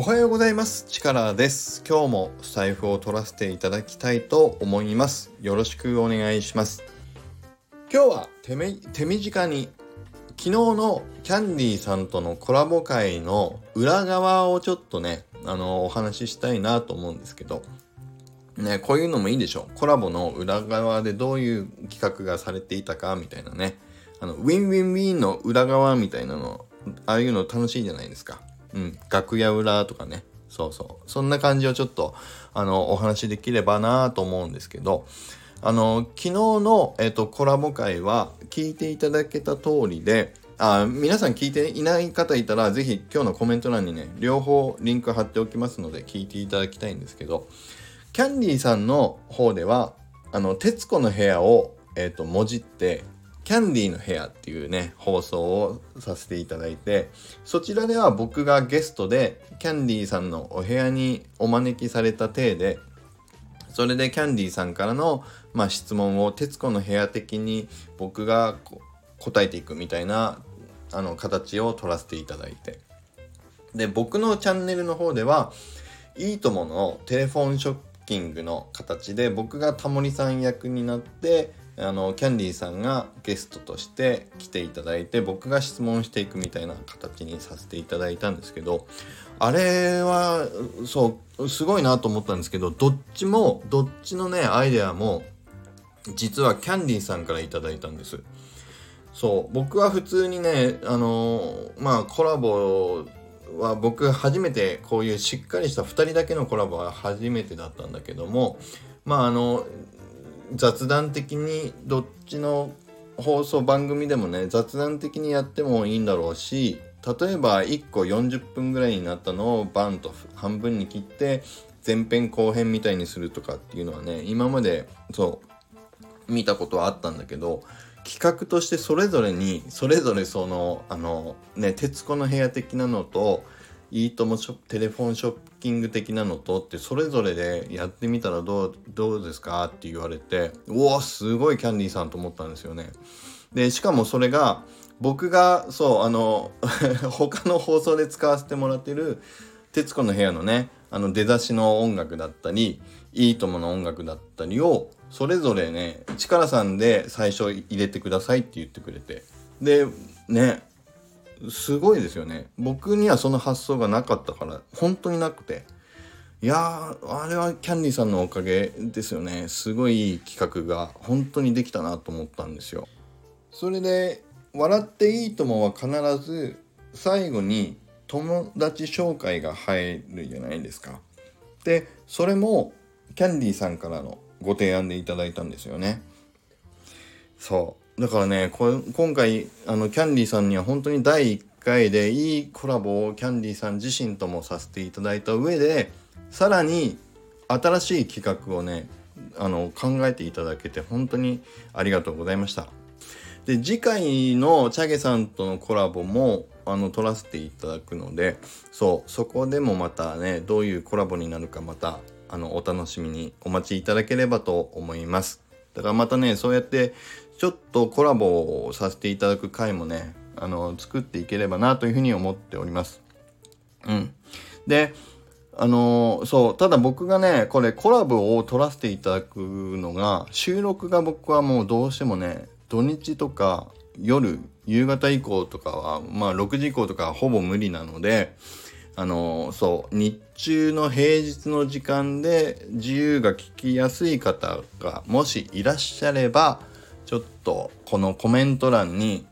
おはようございます。チカラです。今日もスタイフを取らせていただきたいと思います。よろしくお願いします。今日は手短に昨日のキャンディーさんとのコラボ会の裏側をちょっとねお話ししたいなと思うんですけどね、こういうのもいいでしょう。コラボの裏側でどういう企画がされていたかみたいなね、ウィンウィンウィンの裏側みたいなの、ああいうの楽しいじゃないですか。楽屋裏とかね、そんな感じをちょっとお話できればなと思うんですけど、昨日のコラボ会は聞いていただけた通りで、皆さん聞いていない方いたらぜひ今日のコメント欄にね両方リンク貼っておきますので聞いていただきたいんですけど、キャンディーさんの方では徹子の部屋をもじってキャンディーの部屋っていうね放送をさせていただいて、そちらでは僕がゲストでキャンディーさんのお部屋にお招きされた体で、それでキャンディーさんからの質問を徹子の部屋的に僕が答えていくみたいな形を取らせていただいて、で僕のチャンネルの方ではいいとものテレフォンショッキングの形で僕がタモリさん役になってキャンディーさんがゲストとして来ていただいて僕が質問していくみたいな形にさせていただいたんですけど、あれはすごいなと思ったんですけど、どっちのねアイデアも実はキャンディーさんからいただいたんです。僕は普通にねコラボは僕初めてこういうしっかりした2人だけのコラボは初めてだったんだけども、雑談的にどっちの放送番組でもね雑談的にやってもいいんだろうし、例えば1個40分ぐらいになったのをバンと半分に切って前編後編みたいにするとかっていうのはね今まで見たことはあったんだけど、企画としてそれぞれその徹子の部屋的なのといいともテレフォンショッキング的なのとってそれぞれでやってみたらどうですかって言われて、すごいキャンディーさんと思ったんですよね。でしかもそれが僕が他の放送で使わせてもらってる徹子の部屋のね出だしの音楽だったりいいともの音楽だったりをそれぞれね力さんで最初入れてくださいって言ってくれて、でねすごいですよね。僕にはその発想がなかったから、本当になくて、いやあれはキャンディーさんのおかげですよね。すごいいい企画が本当にできたなと思ったんですよ。それで笑っていいともは必ず最後に友達紹介が入るじゃないですか。でそれもキャンディーさんからのご提案でいただいたんですよね。だからね今回キャンディーさんには本当に第1回でいいコラボをキャンディーさん自身ともさせていただいた上で、さらに新しい企画をね考えていただけて本当にありがとうございました。で次回のチャゲさんとのコラボも撮らせていただくので、そこでもまたねどういうコラボになるかまたお楽しみにお待ちいただければと思います。だからまたねそうやってちょっとコラボをさせていただく回もね作っていければなというふうに思っております。でただ僕がねこれコラボを撮らせていただくのが収録が僕はもうどうしてもね土日とか夕方以降とかは6時以降とかはほぼ無理なので日中の平日の時間で自由が聞きやすい方がもしいらっしゃればちょっとこのコメント欄に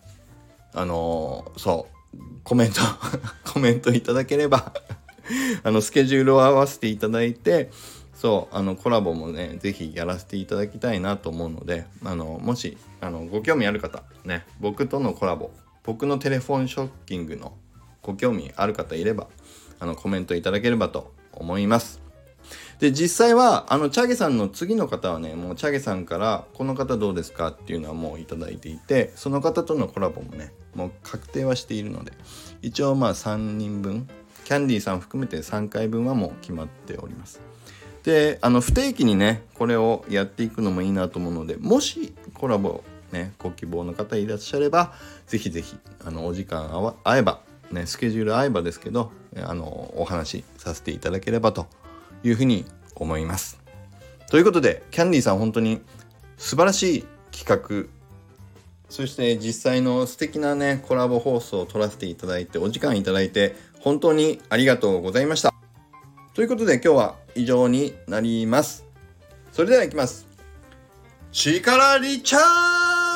コメントいただければスケジュールを合わせていただいてコラボもねぜひやらせていただきたいなと思うのでもしご興味ある方ね僕とのコラボ僕のテレフォンショッキングのご興味ある方いればコメントいただければと思います。で実際はチャゲさんの次の方はねもうチャゲさんからこの方どうですかっていうのはもういただいていて、その方とのコラボもねもう確定はしているので一応3人分キャンディーさん含めて3回分はもう決まっております。で不定期にねこれをやっていくのもいいなと思うので、もしコラボねご希望の方いらっしゃればぜひぜひお時間合えばね、スケジュール合えばですけどお話しさせていただければというふうに思います。ということでキャンディーさん本当に素晴らしい企画、そして実際の素敵なねコラボ放送を撮らせていただいてお時間いただいて本当にありがとうございました。ということで今日は以上になります。それではいきます。力リチャ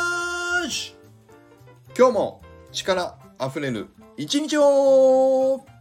ージ。今日も力あふれる一日を。